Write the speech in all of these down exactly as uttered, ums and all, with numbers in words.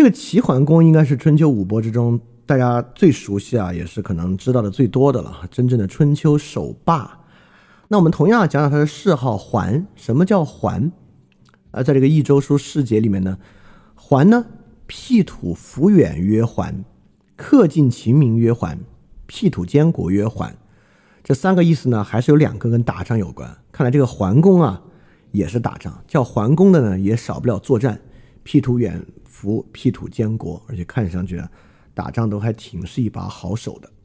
这个齐桓公应该是春秋五伯之中大家最熟悉啊，也是可能知道的最多的了，真正的春秋首霸。那我们同样讲讲他的谥号桓。什么叫桓？而在这个《益州书·世解》里面呢，桓呢，辟土抚远曰桓，克尽秦民曰桓，辟土监国曰桓。这三个意思呢，还是有两个跟打仗有关。看来这个桓公啊，也是打仗。叫桓公的呢，也少不了作战，辟土远服，辟土监国，而且看上去啊，打仗都还挺是一把好手的。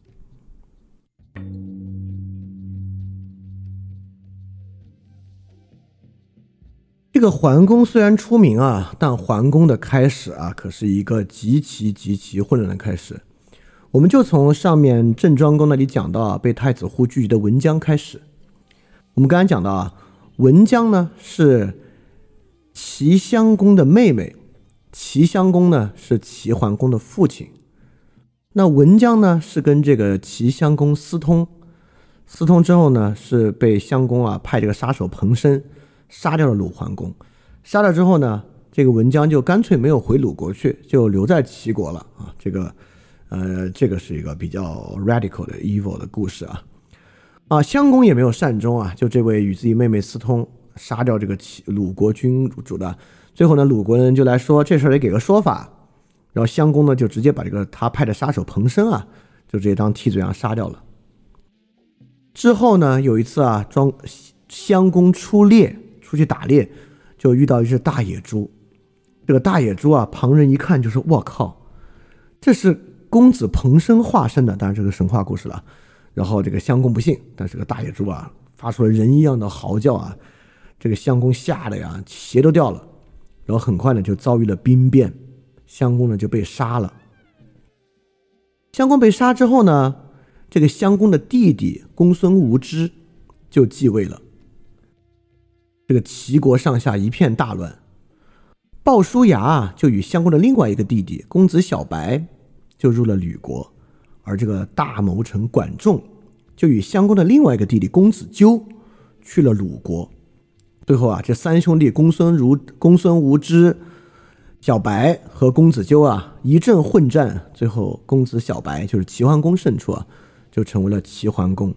这个桓公虽然出名啊，但桓公的开始啊，可是一个极其极其混乱的开始。我们就从上面郑庄公那里讲到啊，被太子户拒绝的文姜开始。我们刚才讲到啊，文姜呢是齐襄公的妹妹，齐襄公呢是齐桓公的父亲。那文姜呢是跟这个齐襄公私通，私通之后呢是被襄公啊派这个杀手彭生杀掉了鲁桓公。杀掉之后呢，这个文姜就干脆没有回鲁国去，就留在齐国了啊。这个呃，这个是一个比较 radical 的 evil 的故事啊。啊，襄公也没有善终啊，就这位与自己妹妹私通，杀掉这个鲁国君主的。最后呢，鲁国人就来说这事儿得给个说法，然后襄公呢就直接把这个他派的杀手彭生啊，就直接当替罪羊杀掉了。之后呢，有一次啊，庄襄公出猎，出去打猎，就遇到一只大野猪。这个大野猪啊，旁人一看就说：“我靠，这是公子彭生化身的。”当然这个神话故事了。然后这个襄公不信，但是这个大野猪啊，发出了人一样的嚎叫啊，这个襄公吓得呀，鞋都掉了。然后很快呢，就遭遇了兵变，襄公呢就被杀了。襄公被杀之后呢，这个襄公的弟弟公孙无知就继位了。这个齐国上下一片大乱。鲍叔牙啊，就与襄公的另外一个弟弟公子小白就入了吕国，而这个大谋臣管仲就与襄公的另外一个弟弟公子纠去了鲁国。最后啊，这三兄弟公孙如公孙无知、小白和公子纠啊一阵混战，最后公子小白就是齐桓公胜出啊，就成为了齐桓公。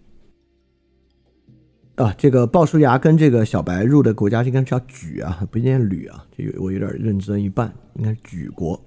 啊，这个鲍叔牙跟这个小白入的国家应该叫莒啊，不念吕啊，这个我有点认真一半，应该是莒国。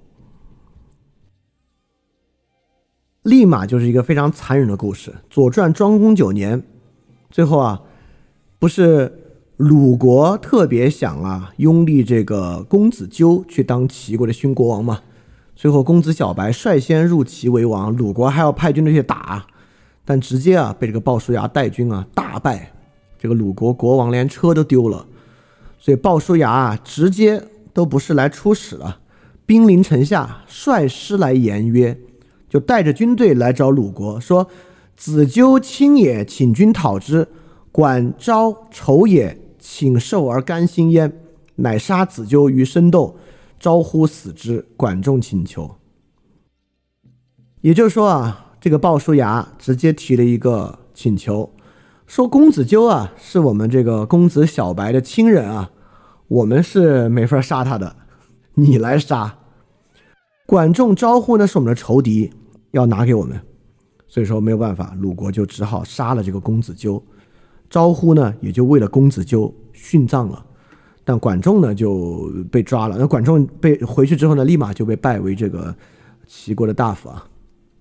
立马就是一个非常残忍的故事。左传庄公九年，最后啊，不是鲁国特别想啊拥立这个公子纠去当齐国的勋国王嘛？最后公子小白率先入齐为王，鲁国还要派军队去打，但直接啊被这个鲍叔牙带军啊大败。这个鲁国国王连车都丢了，所以鲍叔牙啊直接都不是来出使了，兵临城下，率师来言曰，就带着军队来找鲁国，说子纠亲也，请君讨之。管昭仇也，请受而甘心焉。乃杀子纠于深斗，招呼死之。管仲请求。也就是说啊，这个鲍叔牙直接提了一个请求，说公子纠啊是我们这个公子小白的亲人啊，我们是没法杀他的，你来杀。管仲招呼呢是我们的仇敌，要拿给我们，所以说没有办法，鲁国就只好杀了这个公子纠。招呼呢也就为了公子纠殉葬了，但管仲呢就被抓了。那管仲被回去之后呢，立马就被拜为这个齐国的大夫啊。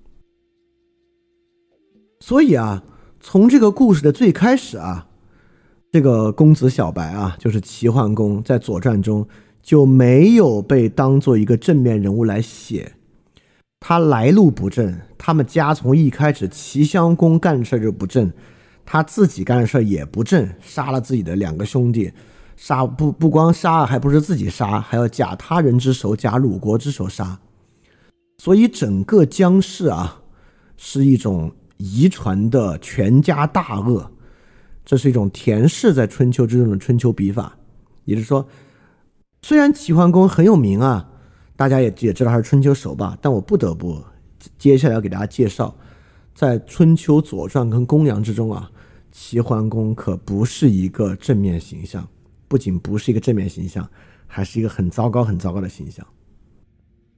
所以啊，从这个故事的最开始啊，这个公子小白啊，就是齐桓公，在左传中就没有被当做一个正面人物来写。他来路不正，他们家从一开始齐襄公干事就不正，他自己干事也不正，杀了自己的两个兄弟，杀不不光杀，还不是自己杀，还要假他人之手，假鲁国之手杀。所以整个姜氏啊，是一种遗传的全家大恶，这是一种田氏在春秋之中的春秋笔法。也就是说，虽然齐桓公很有名啊，大家也也知道他是春秋首霸，但我不得不接下来要给大家介绍，在春秋左传跟公羊之中啊，齐桓公可不是一个正面形象，不仅不是一个正面形象，还是一个很糟糕很糟糕的形象。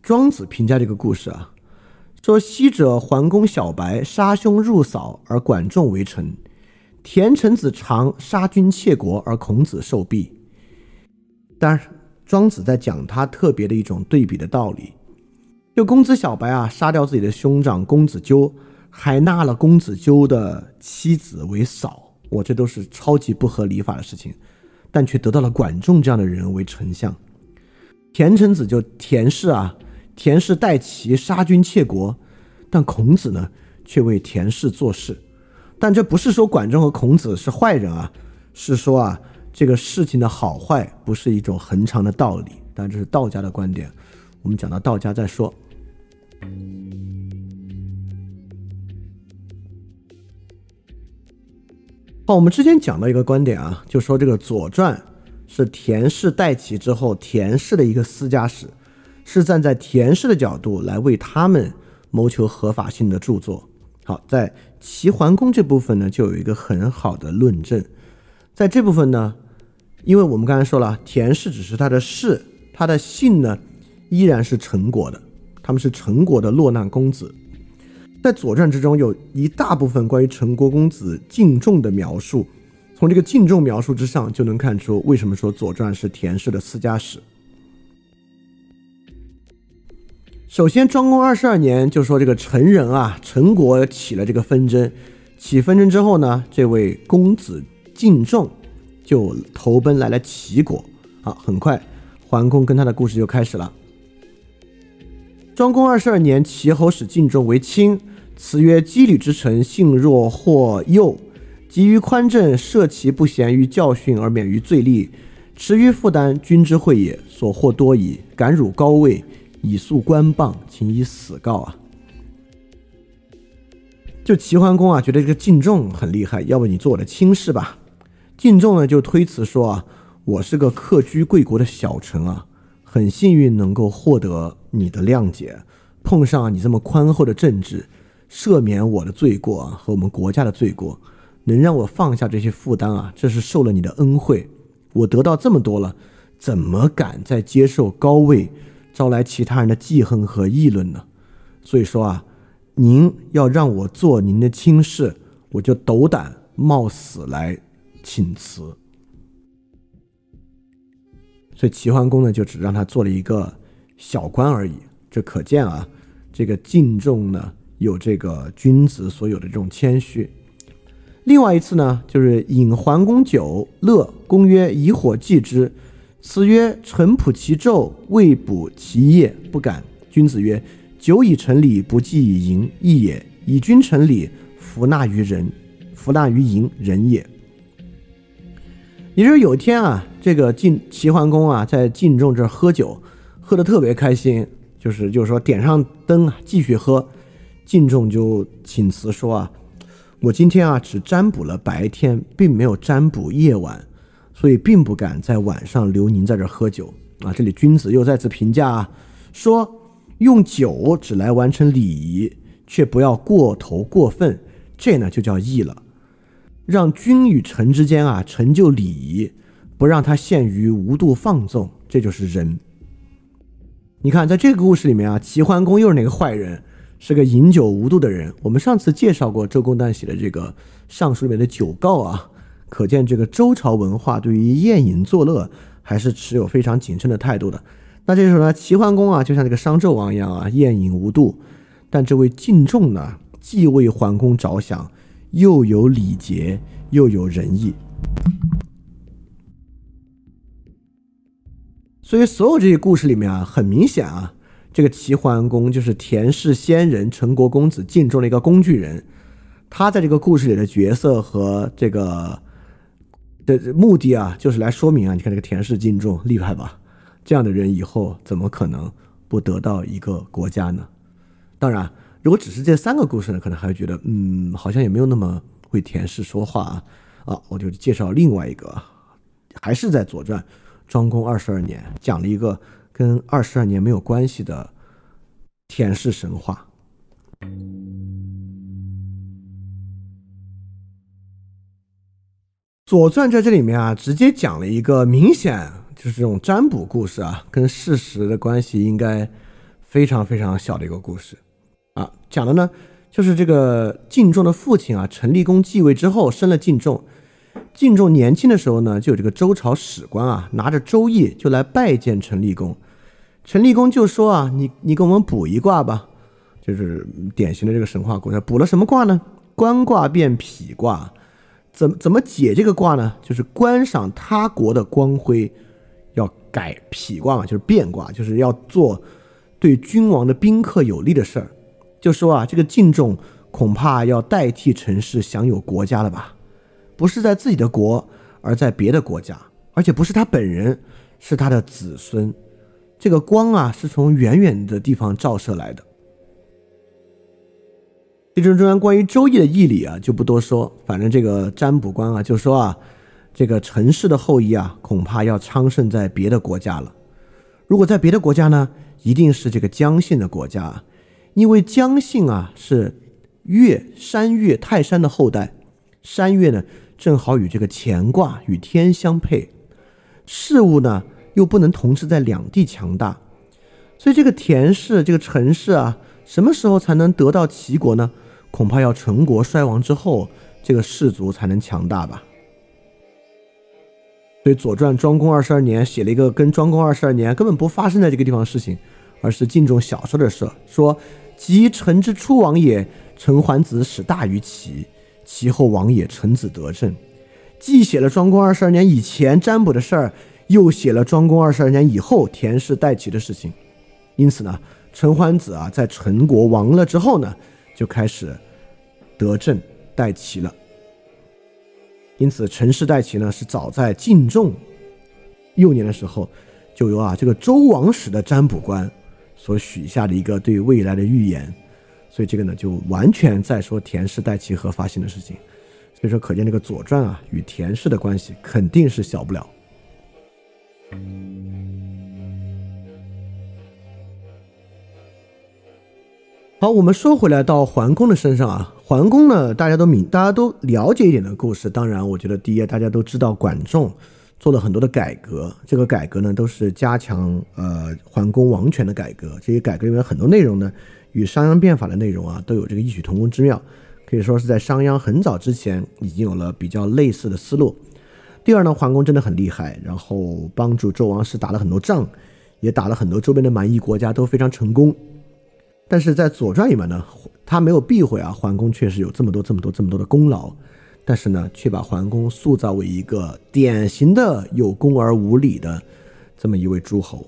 庄子评价这个故事啊，说昔者桓公小白杀兄入嫂而管仲为臣，田臣子长杀君窃国而孔子受弊。当然庄子在讲他特别的一种对比的道理，就公子小白啊杀掉自己的兄长公子纠，还纳了公子纠的妻子为嫂，我这都是超级不合理法的事情，但却得到了管仲这样的人为丞相。田臣子就田氏啊，田氏代齐杀君窃国，但孔子呢却为田氏做事。但这不是说管仲和孔子是坏人啊，是说啊这个事情的好坏不是一种恒常的道理，但这是道家的观点，我们讲到道家再说。好，我们之前讲到一个观点啊，就说这个《左传》是田氏代齐之后田氏的一个私家史，是站在田氏的角度来为他们谋求合法性的著作。好，在齐桓公这部分呢，就有一个很好的论证。在这部分呢，因为我们刚才说了，田氏只是他的氏，他的姓呢依然是陈国的，他们是陈国的落难公子。在《左传》之中有一大部分关于陈国公子敬仲的描述，从这个敬仲描述之上就能看出为什么说《左传》是田氏的私家史。首先庄公二十二年就说这个陈人啊，陈国起了这个纷争，起纷争之后呢，这位公子敬仲就投奔来了齐国。好，很快桓公跟他的故事就开始了。庄公二十二年，齐侯使敬仲为卿，辞曰：羁旅之臣，性若或幼，急于宽政，赦其不贤于教训而免于罪戾，持于负担，君之惠也，所获多矣，敢辱高位，以诉官谤，请以死告啊。就齐桓公啊觉得这个敬仲很厉害，要不你做我的卿士吧。敬仲呢就推辞说啊，我是个客居贵国的小臣啊，很幸运能够获得你的谅解，碰上你这么宽厚的政治，赦免我的罪过啊和我们国家的罪过，能让我放下这些负担啊，这是受了你的恩惠。我得到这么多了，怎么敢再接受高位，招来其他人的记恨和议论呢？所以说啊，您要让我做您的卿士，我就斗胆冒死来请辞。所以齐桓公呢就只让他做了一个小官而已。这可见啊，这个敬仲呢有这个君子所有的这种谦虚。另外一次呢，就是饮桓公酒，乐，公曰：以火祭之。辞曰：臣仆其昼，未卜其夜，不敢。君子曰：酒以成礼，不祭以淫，义也。以君成礼，弗纳于人，弗纳于淫，人也。也就是有一天啊，这个晋齐桓公啊，在晋仲这儿喝酒，喝得特别开心，就是就是说点上灯啊，继续喝。晋仲就请辞说啊，我今天啊只占卜了白天，并没有占卜夜晚，所以并不敢在晚上留您在这儿喝酒啊。这里君子又再次评价啊，说用酒只来完成礼仪，却不要过头过分，这呢就叫义了。让君与臣之间啊成就礼仪，不让他陷于无度放纵，这就是仁。你看在这个故事里面啊，齐桓公又是哪个坏人？是个饮酒无度的人。我们上次介绍过周公旦写的这个尚书里面的酒告啊，可见这个周朝文化对于宴饮作乐还是持有非常谨慎的态度的。那这时候呢，齐桓公啊就像这个商纣王一样啊，宴饮无度，但这位敬仲呢既为桓公着想，又有礼节，又有仁义。所以所有这些故事里面啊，很明显啊，这个齐桓公就是田氏先人陈国公子敬仲的一个工具人。他在这个故事里的角色和这个的目的啊，就是来说明啊，你看这个田氏敬仲厉害吧？这样的人以后怎么可能不得到一个国家呢？当然，如果只是这三个故事呢，可能还会觉得，嗯，好像也没有那么为田氏说话啊。啊，我就介绍另外一个，还是在《左传》庄公二十二年，讲了一个跟二十二年没有关系的田氏神话。左传在这里面啊，直接讲了一个明显就是这种占卜故事啊，跟事实的关系应该非常非常小的一个故事啊，讲的呢就是这个晋仲的父亲啊，陈立公继位之后生了晋仲。晋仲年轻的时候呢，就有这个周朝史官啊，拿着周易就来拜见陈立公。陈立公就说啊，你你给我们卜一卦吧，就是典型的这个神话故事。卜了什么卦呢？官卦变否卦。怎么怎么解这个卦呢？就是观赏他国的光辉，要改否卦嘛，就是变卦，就是要做对君王的宾客有利的事儿。就说啊，这个晋仲恐怕要代替陈氏享有国家了吧？不是在自己的国，而在别的国家，而且不是他本人，是他的子孙。这个光啊，是从远远的地方照射来的。这中中关于周易的义理啊，就不多说。反正这个占卜官啊，就说啊，这个陈氏的后裔啊，恐怕要昌盛在别的国家了。如果在别的国家呢，一定是这个姜姓的国家。因为姜姓啊是岳山岳泰山的后代，山岳呢正好与这个乾卦与天相配，事物呢又不能同时在两地强大，所以这个田氏这个陈氏啊，什么时候才能得到齐国呢？恐怕要陈国衰亡之后，这个氏族才能强大吧。所以《左传》庄公二十二年写了一个跟庄公二十二年根本不发生在这个地方的事情，而是晋仲小时候的事，说及陈之初亡也，陈桓子始大于齐，其后亡也，陈子得政。既写了庄公二十二年以前占卜的事儿，又写了庄公二十二年以后田氏代齐的事情。因此呢，陈桓子啊，在陈国亡了之后呢，就开始得政代齐了。因此陈氏代齐呢，是早在晋仲幼年的时候，就由啊这个周王室的占卜官所许下的一个对未来的预言。所以这个呢，就完全在说田氏代齐合发性的事情。所以说可见这个左传啊与田氏的关系肯定是小不了。好，我们说回来到桓公的身上啊，桓公呢，大家都明，大家都了解一点的故事。当然，我觉得第一，大家都知道管仲做了很多的改革，这个改革呢，都是加强呃桓公王权的改革。这些改革里面很多内容呢，与商鞅变法的内容啊，都有这个异曲同工之妙。可以说是在商鞅很早之前已经有了比较类似的思路。第二呢，桓公真的很厉害，然后帮助周王室打了很多仗，也打了很多周边的蛮夷国家，都非常成功。但是在《左传》里面呢，他没有避讳啊，桓公确实有这么多这么多这么多的功劳，但是呢，却把桓公塑造为一个典型的有功而无礼的这么一位诸侯。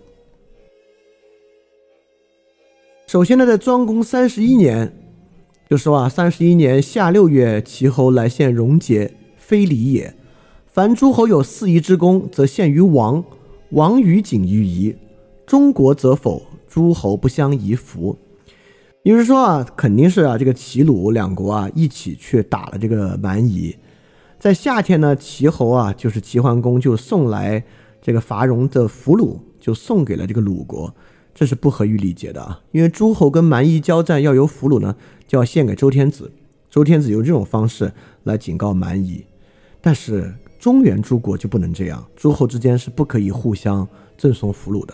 首先呢，在庄公三十一年，就说啊，三十一年夏六月，齐侯来献戎节，非礼也。凡诸侯有四夷之功，则献于王，王于景于夷，中国则否，诸侯不相夷服。也就是说啊，肯定是啊，这个齐鲁两国啊一起去打了这个蛮夷。在夏天呢，齐侯啊，就是齐桓公就送来这个伐戎的俘虏，就送给了这个鲁国，这是不合于礼节的啊。因为诸侯跟蛮夷交战要有俘虏呢，就要献给周天子，周天子用这种方式来警告蛮夷。但是中原诸国就不能这样，诸侯之间是不可以互相赠送俘虏的。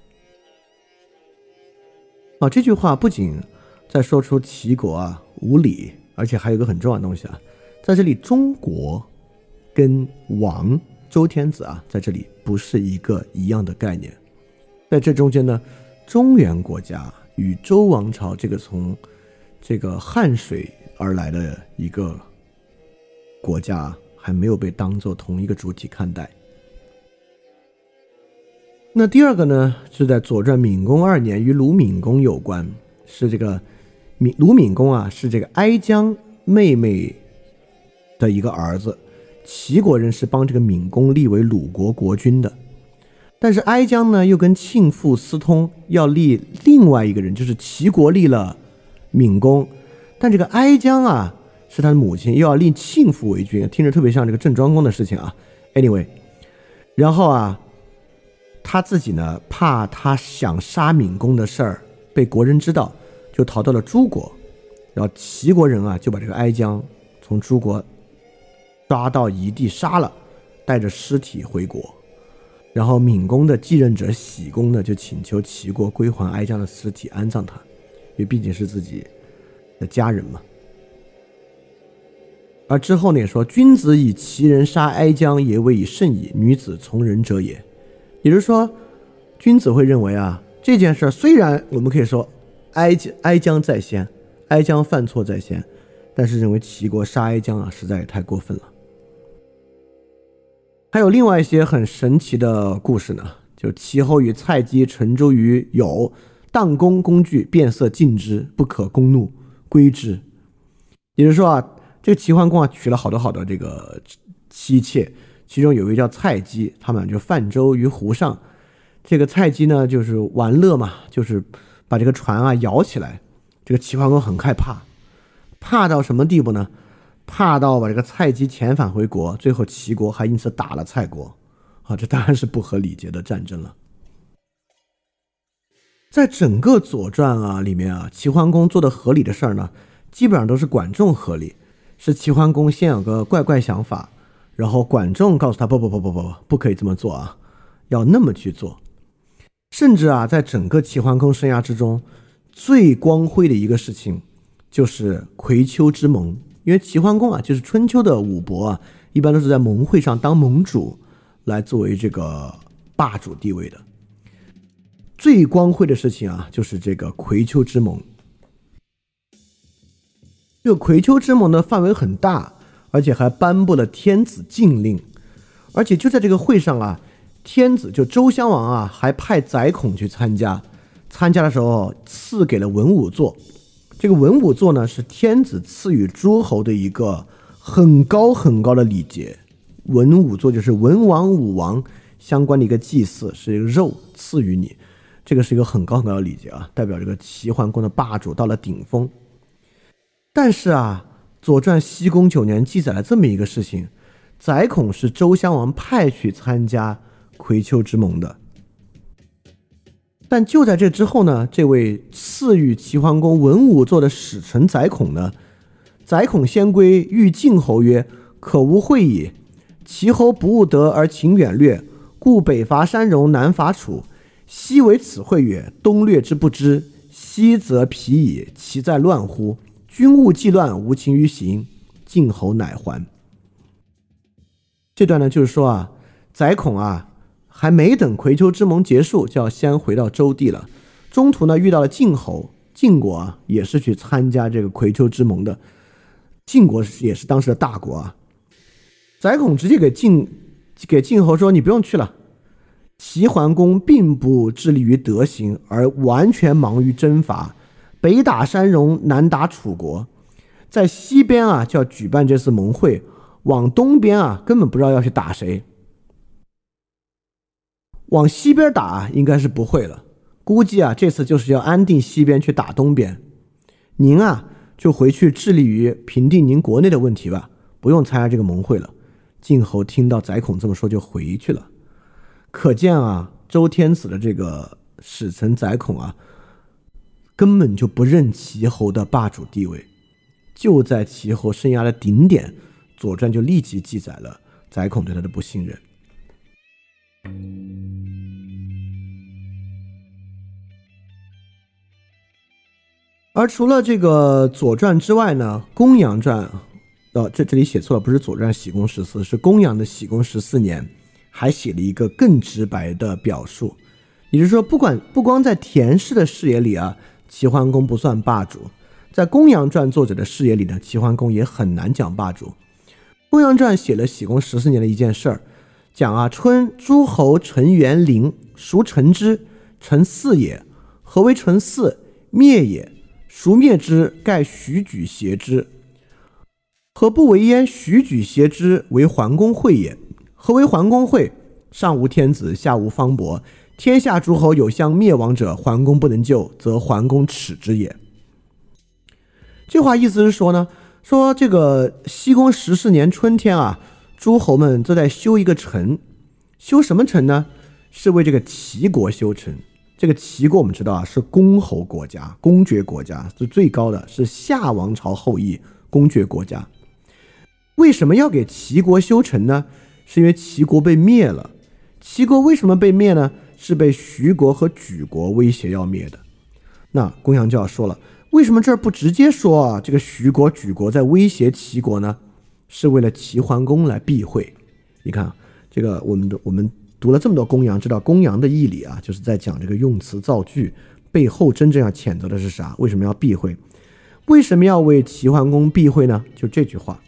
啊，这句话不仅在说出齐国啊无礼，而且还有一个很重要的东西啊，在这里中国跟王周天子啊，在这里不是一个一样的概念。在这中间呢，中原国家与周王朝这个从这个汉水而来的一个国家还没有被当作同一个主体看待。那第二个呢，是在左传闵公二年，与鲁闵公有关，是这个鲁闵公啊，是这个哀姜妹妹的一个儿子，齐国人是帮这个闵公立为鲁国国君的。但是哀姜呢，又跟庆父私通，要立另外一个人，就是齐国立了闵公，但这个哀姜啊，是他的母亲，又要立庆父为君，听着特别像这个郑庄公的事情啊。Anyway， 然后啊，他自己呢，怕他想杀闵公的事儿被国人知道，就逃到了诸国，然后齐国人啊，就把这个哀姜从诸国抓到夷地杀了，带着尸体回国。 然后闵公的继任者喜公呢，就请求齐国归还哀姜的尸体安葬他，因为毕竟是自己的家人嘛。而之后呢也说，君子以其人杀哀姜，也未以甚矣，女子从人者也。也就是说，君子会认为啊，这件事虽然我们可以说哀哀姜在先，哀姜犯错在先，但是认为齐国杀哀姜啊，实在也太过分了。还有另外一些很神奇的故事呢，就齐侯与蔡姬乘舟于牖，荡弓工具，变色尽之，不可攻怒，归之。也就是说啊，这个齐桓公啊娶了好多好多这个妻妾，其中有一位叫蔡姬，他们俩就泛舟于湖上。这个蔡姬呢就是玩乐嘛，就是把这个船啊摇起来。这个齐桓公很害怕，怕到什么地步呢？怕到把这个蔡姬遣返回国，最后齐国还因此打了蔡国啊，这当然是不合礼节的战争了。在整个左传啊里面啊，齐桓公做的合理的事儿呢，基本上都是管仲合理，是齐桓公先有个怪怪想法，然后管仲告诉他不不不不不不可以这么做啊，要那么去做。甚至啊，在整个齐桓公生涯之中，最光辉的一个事情就是葵丘之盟。因为齐桓公啊，就是春秋的武伯啊，一般都是在盟会上当盟主来作为这个霸主地位的。最光辉的事情啊，就是这个葵丘之盟。这个葵丘之盟的范围很大，而且还颁布了天子禁令。而且就在这个会上啊，天子就周襄王啊，还派宰孔去参加。参加的时候赐给了文武座。这个文武座呢，是天子赐予诸侯的一个很高很高的礼节。文武座就是文王武王相关的一个祭祀，是一个肉赐予你，这个是一个很高很高的礼节啊，代表这个齐桓公的霸主到了顶峰。但是啊，左传西公九年记载了这么一个事情，宰孔是周襄王派去参加葵丘之盟的。但就在这之后呢，这位赐予齐桓公文武座的使臣宰孔呢，宰孔先归，欲晋侯曰：可无会也。齐侯不务德而勤远略，故北伐山戎，南伐楚。昔为此会也，东略之不知，西则疲矣，其在乱乎？君务既乱，无情于行。晋侯乃还。这段呢，就是说啊，宰孔啊，还没等葵丘之盟结束，就要先回到周地了。中途呢，遇到了晋侯，晋国啊也是去参加这个葵丘之盟的。晋国也是当时的大国啊。宰孔直接给晋给晋侯说：“你不用去了。”齐桓公并不致力于德行，而完全忙于征伐，北打山戎，南打楚国。在西边啊，就要举办这次盟会；往东边啊，根本不知道要去打谁。往西边打应该是不会了，估计啊这次就是要安定西边去打东边。您啊就回去致力于平定您国内的问题吧，不用参加这个盟会了。晋侯听到宰孔这么说就回去了。可见啊，周天子的这个使臣宰孔啊，根本就不认齐侯的霸主地位。就在齐侯生涯的顶点，左传就立即记载了宰孔对他的不信任。而除了这个左传之外呢，公羊传，呃，这这里写错了，不是左传喜公十四，是公羊的喜公十四年，还写了一个更直白的表述。也就是说，不管不光在田氏的视野里啊，齐桓公不算霸主，在公羊传作者的视野里呢，齐桓公也很难讲霸主。公羊传写了喜公十四年的一件事儿，讲啊，春诸侯成元陵，孰成之？成嗣也。何为成嗣？灭也。孰灭之？盖许举挟之。何不为焉？许举挟之，为桓公会也。何为桓公会？上无天子，下无方伯，天下诸侯有相灭亡者，桓公不能救，则桓公耻之也。这话意思是说呢，说这个西公十四年春天啊，诸侯们都在修一个城，修什么城呢？是为这个齐国修城。这个齐国我们知道啊，是公侯国家，公爵国家，是最高的，是夏王朝后裔，公爵国家。为什么要给齐国修城呢？是因为齐国被灭了。 齐国为什么被灭呢？是被徐国和莒国威胁要灭的。那公羊就要说了，为什么这儿不直接说啊？这个徐国、莒国在威胁齐国呢？是为了齐桓公来避讳。你看，这个我们我们读了这么多公羊，知道公羊的义理啊，就是在讲这个用词造句背后真正要谴责的是啥？为什么要避讳？为什么要为齐桓公避讳呢？就这句话：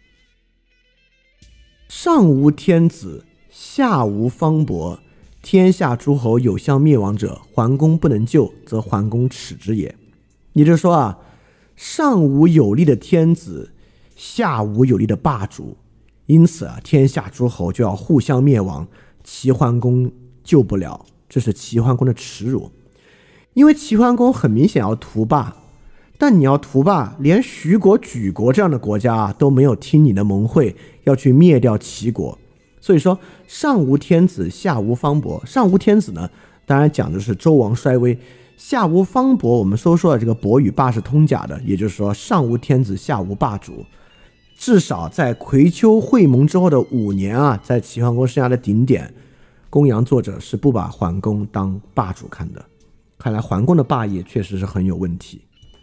上无天子，下无方伯，天下诸侯有相灭亡者，桓公不能救，则桓公耻之也。也就是说啊，上无有力的天子，下无有力的霸主，因此啊，天下诸侯就要互相灭亡，齐桓公救不了，这是齐桓公的耻辱。因为齐桓公很明显要图霸，但你要图霸，连徐国、莒国这样的国家啊都没有听你的盟会，要去灭掉齐国。所以说，上无天子，下无方伯。上无天子呢，当然讲的是周王衰微；下无方伯，我们说说这个伯与霸是通假的，也就是说，上无天子，下无霸主。至少在葵丘会盟之后的五年啊，在齐桓公生涯的顶点，公羊作者是不把桓公当霸主看的。看来桓公的霸业确实是很有问题。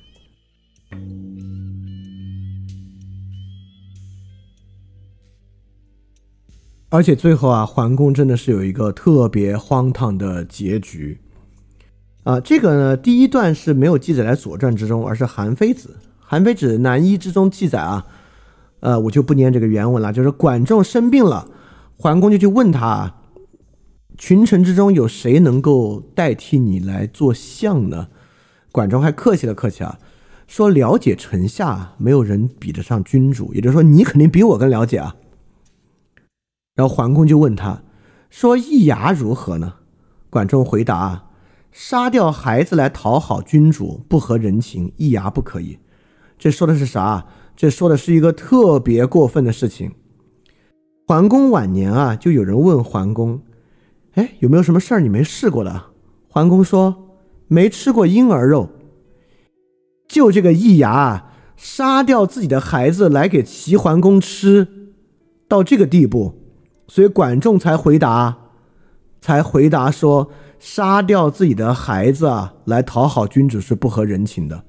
而且最后啊，桓公真的是有一个特别荒唐的结局啊。这个呢，第一段是没有记载在《左传》之中，而是韩非子。韩非子南一之中记载啊，呃，我就不念这个原文了，就是管仲生病了，桓公就去问他，群臣之中有谁能够代替你来做相呢？管仲还客气了客气啊，说了解臣下，没有人比得上君主，也就是说你肯定比我更了解啊。然后桓公就问他说，易牙如何呢？管仲回答，杀掉孩子来讨好君主不合人情，易牙不可以。这说的是啥？这说的是一个特别过分的事情。桓公晚年啊，就有人问桓公，哎，有没有什么事儿你没试过的？桓公说，没吃过婴儿肉。就这个易牙啊，杀掉自己的孩子来给齐桓公吃，到这个地步，所以管仲才回答，才回答说，杀掉自己的孩子啊，来讨好君主是不合人情的。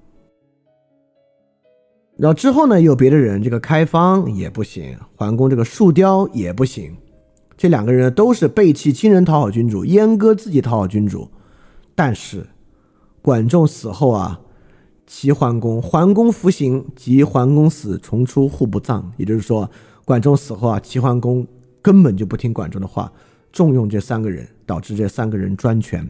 然后之后呢，有别的人，这个开方也不行，桓公这个树雕也不行，这两个人都是背弃亲人讨好君主，阉割自己讨好君主。但是管仲死后啊，齐桓公桓公服刑，及桓公死，重出户部葬。也就是说，管仲死后啊，齐桓公根本就不听管仲的话，重用这三个人，导致这三个人专权。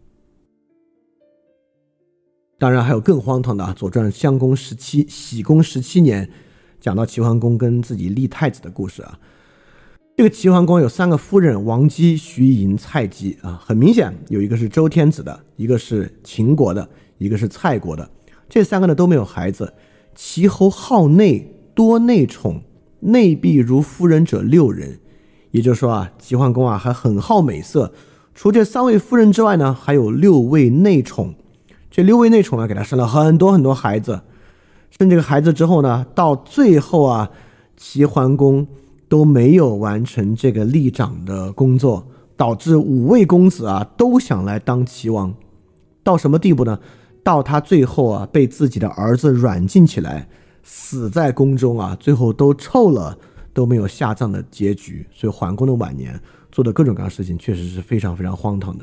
当然还有更荒唐的啊，《左传》襄公十七喜公十七年讲到齐桓公跟自己立太子的故事啊。这个齐桓公有三个夫人，王姬、徐寅、蔡姬啊，很明显有一个是周天子的，一个是秦国的，一个是蔡国的。这三个呢都没有孩子。齐侯好内，多内宠，内婢如夫人者六人。也就是说啊，齐桓公啊还很好美色，除这三位夫人之外呢，还有六位内宠。这六位内宠呢，给他生了很多很多孩子。生这个孩子之后呢，到最后啊，齐桓公都没有完成这个立长的工作，导致五位公子啊都想来当齐王。到什么地步呢？到他最后啊被自己的儿子软禁起来，死在宫中啊，最后都臭了，都没有下葬的结局。所以桓公的晚年做的各种各样的事情，确实是非常非常荒唐的。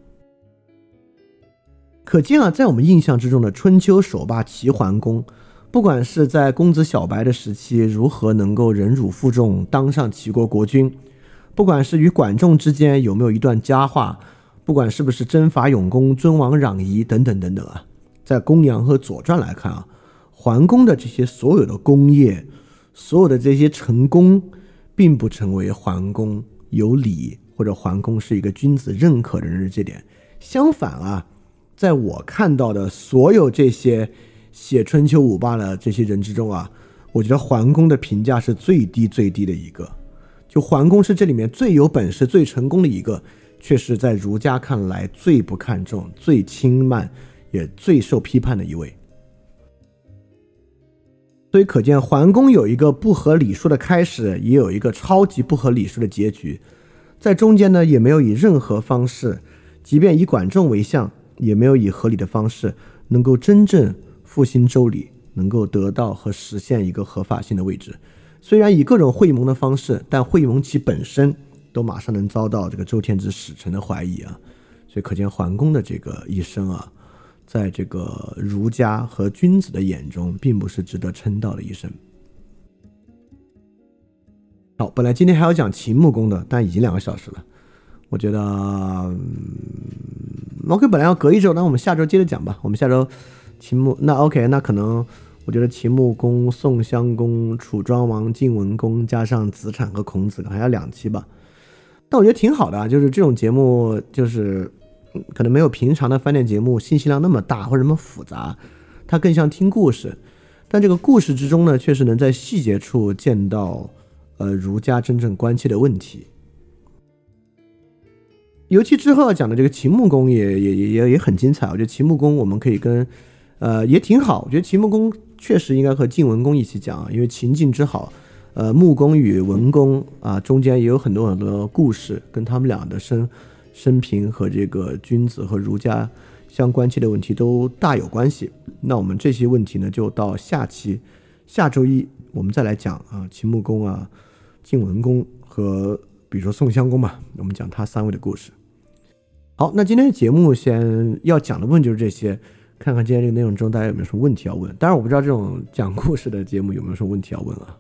可见啊，在我们印象之中的春秋首霸齐桓公，不管是在公子小白的时期如何能够忍辱负重当上齐国国君，不管是与管仲之间有没有一段佳话，不管是不是征伐永公、尊王攘夷等等等等啊，在公羊和左传来看啊，桓公的这些所有的功业，所有的这些成功，并不成为桓公有理或者桓公是一个君子认可的人的这点。相反啊，在我看到的所有这些写春秋五霸的这些人之中啊，我觉得桓公的评价是最低最低的一个。就桓公是这里面最有本事、最成功的一个，却是在儒家看来最不看重、最轻慢，也最受批判的一位。所以可见桓公有一个不合理数的开始，也有一个超级不合理数的结局。 在中间呢，也没有以任何方式，即便以管仲为相，也没有以合理的方式能够真正复兴周礼，能够得到和实现一个合法性的位置。虽然以各种会盟的方式，但会盟其本身都马上能遭到这个周天子使臣的怀疑啊。所以可见桓公的这个一生啊，在这个儒家和君子的眼中，并不是值得称道的一生。好，本来今天还要讲秦穆公的，但已经两个小时了。我觉得、嗯、OK， 本来要隔一周，那我们下周接着讲吧。我们下周秦穆，那 OK， 那可能我觉得秦穆公、宋襄公、楚庄王、晋文公加上子产和孔子，可能还要两期吧。但我觉得挺好的啊，就是这种节目，就是可能没有平常的饭店节目信息量那么大或者那么复杂，它更像听故事。但这个故事之中呢，确实能在细节处见到呃儒家真正关切的问题。尤其之后要讲的这个秦穆公也也也也很精彩，我觉得秦穆公我们可以跟呃也挺好，我觉得秦穆公确实应该和晋文公一起讲，因为秦晋之好，呃穆公与文公啊中间也有很多很多故事，跟他们俩的生生平和这个君子和儒家相关切的问题都大有关系。那我们这些问题呢，就到下期下周一我们再来讲啊秦穆公啊、晋文公和比如说宋襄公吧，我们讲他三位的故事。好，那今天的节目先要讲的问就是这些，看看今天这个内容中大家有没有什么问题要问。当然我不知道这种讲故事的节目有没有什么问题要问啊。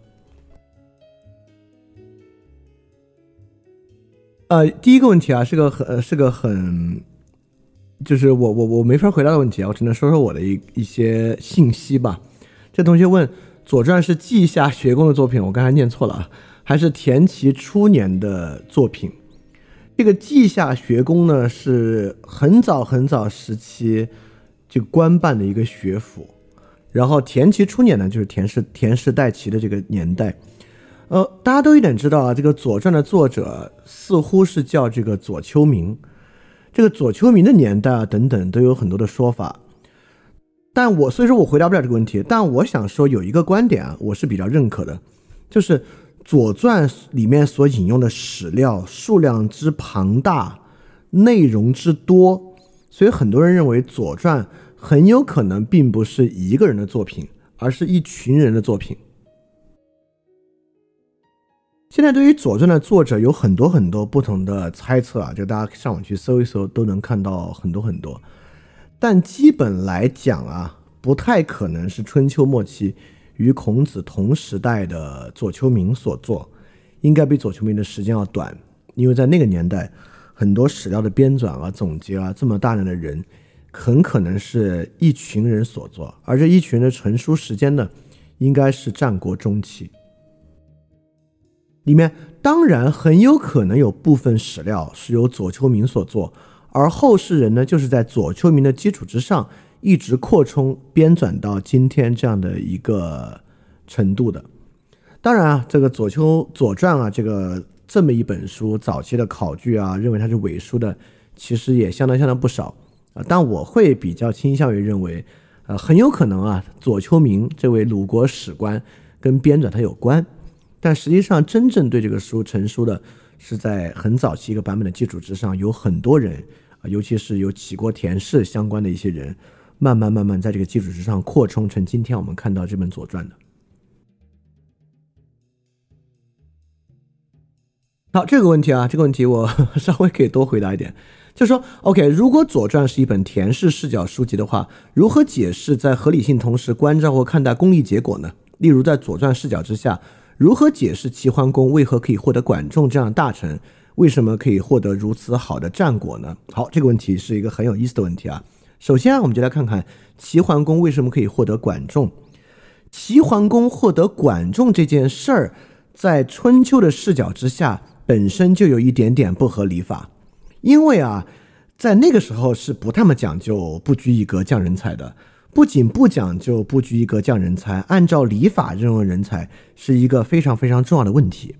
呃，第一个问题啊，是个很是个很，就是我我我没法回答的问题啊，我只能说说我的一一些信息吧。这同学问，《左传》是稷下学宫的作品，我刚才念错了啊，还是田齐初年的作品？这个稷下学宫呢，是很早很早时期这个官办的一个学府，然后田齐初年呢，就是田氏田氏代齐的这个年代。呃，大家都有点知道啊，这个《左传》的作者似乎是叫这个左丘明，这个左丘明的年代啊等等都有很多的说法。但我所以说我回答不了这个问题，但我想说有一个观点啊，我是比较认可的，就是左传里面所引用的史料数量之庞大，内容之多，所以很多人认为左传很有可能并不是一个人的作品，而是一群人的作品。现在对于左传的作者有很多很多不同的猜测啊，就大家上网去搜一搜都能看到很多很多，但基本来讲啊，不太可能是春秋末期与孔子同时代的左丘明所作，应该比左丘明的时间要短，因为在那个年代很多史料的编纂啊总结啊这么大量的人很可能是一群人所作，而这一群人的成书时间呢应该是战国中期。里面当然很有可能有部分史料是由左丘明所作，而后世人呢就是在左丘明的基础之上一直扩充编纂到今天这样的一个程度的。当然啊，这个左丘左传啊，这个这么一本书早期的考据啊认为它是伪书的其实也相当相当不少啊，但我会比较倾向于认为呃，很有可能啊左丘明这位鲁国史官跟编纂它有关，但实际上真正对这个书成书的是在很早期一个版本的基础之上，有很多人尤其是有齐国田氏相关的一些人慢慢慢慢在这个基础之上扩充成今天我们看到这本左传的。好，这个问题啊，这个问题我稍微可以多回答一点，就是说 OK， 如果左传是一本田氏视角书籍的话，如何解释在合理性同时关照或看待功利结果呢？例如在左传视角之下，如何解释齐桓公为何可以获得管仲这样的大臣，为什么可以获得如此好的战果呢？好，这个问题是一个很有意思的问题啊。首先啊，我们就来看看齐桓公为什么可以获得管仲。齐桓公获得管仲这件事儿，在春秋的视角之下本身就有一点点不合理法，因为啊，在那个时候是不那么讲究不拘一格降人才的，不仅不讲究不拘一格降人才，按照礼法任用人才是一个非常非常重要的问题。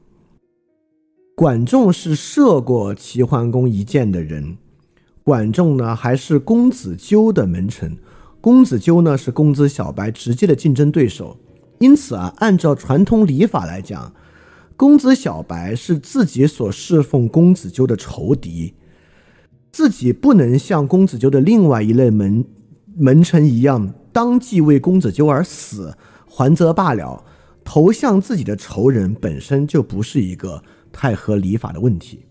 管仲是射过齐桓公一箭的人，管仲呢还是公子纠的门臣，公子纠呢是公子小白直接的竞争对手，因此啊，按照传统礼法来讲， 公子小白是自己所侍奉公子纠的仇敌，自己不能像公子纠的另外一类门门臣一样当即为公子纠而死，还则罢了，投向自己的仇人本身就不是一个太合礼法的问题。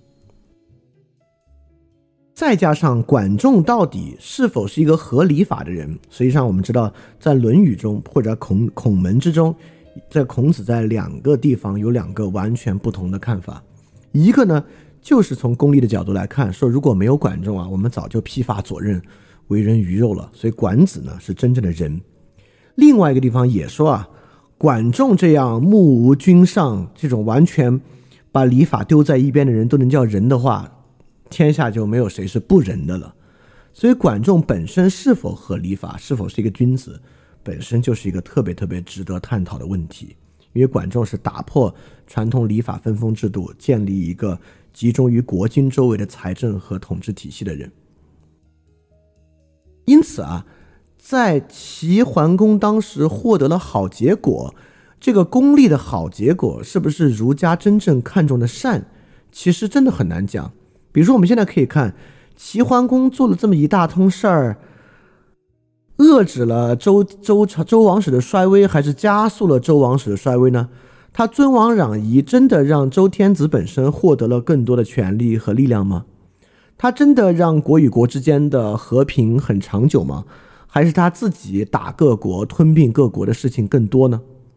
再加上管仲到底是否是一个合礼法的人，实际上我们知道在论语中或者孔孔门之中，在孔子在两个地方有两个完全不同的看法。一个呢就是从功利的角度来看，说如果没有管仲啊，我们早就披发左衽，为人鱼肉了，所以管子呢是真正的人。另外一个地方也说啊，管仲这样目无君上，这种完全把礼法丢在一边的人都能叫人的话，天下就没有谁是不仁的了。所以管仲本身是否合礼法，是否是一个君子，本身就是一个特别特别值得探讨的问题。因为管仲是打破传统礼法分封制度，建立一个集中于国君周围的财政和统治体系的人。因此啊，在齐桓公当时获得了好结果，这个功利的好结果是不是儒家真正看重的善，其实真的很难讲。比如说我们现在可以看齐桓公做了这么一大通事儿，遏制了周周周王室的衰微，还是加速了周王室的衰微呢？他尊王攘夷真的让周天子本身获得了更多的权力和力量吗？他真的让国与国之间的和平很长久吗？还是他自己打各国吞并各国的事情更多呢？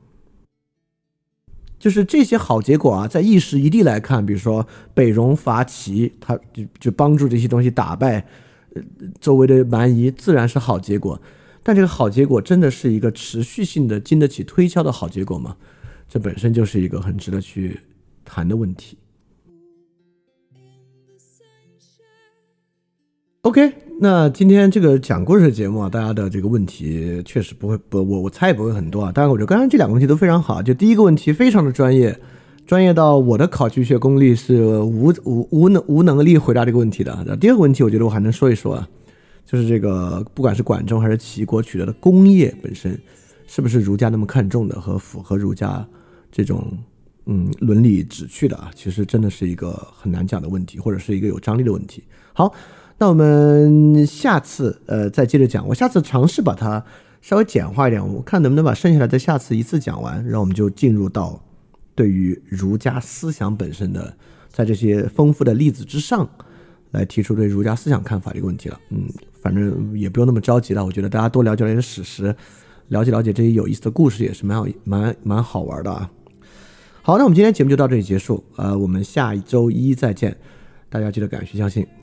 就是这些好结果啊，在一时一地来看，比如说北戎伐齐，他 就, 就帮助这些东西打败、呃、周围的蛮夷，自然是好结果。但这个好结果真的是一个持续性的经得起推敲的好结果吗？这本身就是一个很值得去谈的问题。OK， 那今天这个讲故事的节目啊，大家的这个问题确实不会不我我猜也不会很多啊。当然，我觉得刚才这两个问题都非常好。就第一个问题非常的专业，专业到我的考据学功力是无无无能无能力回答这个问题的。第二个问题，我觉得我还能说一说啊，就是这个不管是管仲还是齐国取得的功业本身，是不是儒家那么看重的和符合儒家这种嗯伦理旨趣的啊？其实真的是一个很难讲的问题，或者是一个有张力的问题。好。那我们下次呃再接着讲，我下次尝试把它稍微简化一点，我看能不能把剩下来的下次一次讲完，然后我们就进入到对于儒家思想本身的，在这些丰富的例子之上来提出对儒家思想看法这个问题了。嗯，反正也不用那么着急了，我觉得大家多了解了点史实，了解了解这些有意思的故事也是蛮有蛮蛮好玩的啊。好，那我们今天节目就到这里结束，呃，我们下一周一再见，大家记得敢于去相信。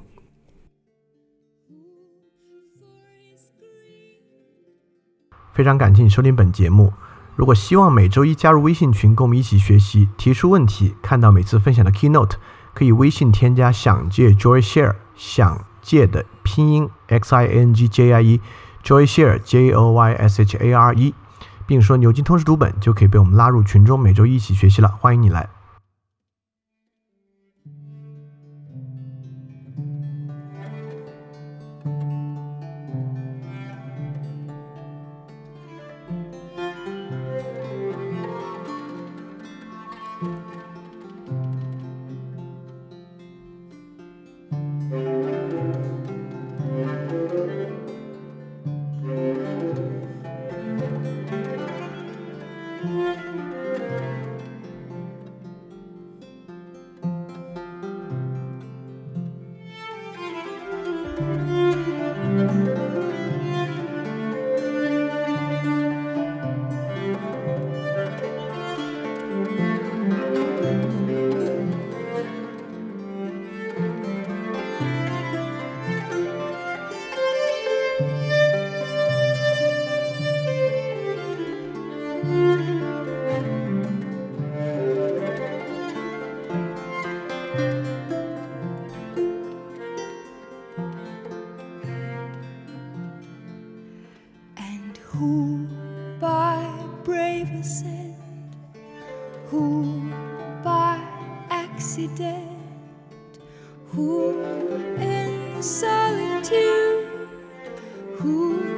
非常感谢你收听本节目。如果希望每周一加入微信群，跟我们一起学习，提出问题，看到每次分享的 keynote， 可以微信添加想借 Joy Share， 想借的拼音 X I N G J I E Joy Share J O Y S H A R E， 并说牛津通识读本，就可以被我们拉入群中，每周一起学习了。欢迎你来。 Who by brave ascent, who by accident, who in solitude, who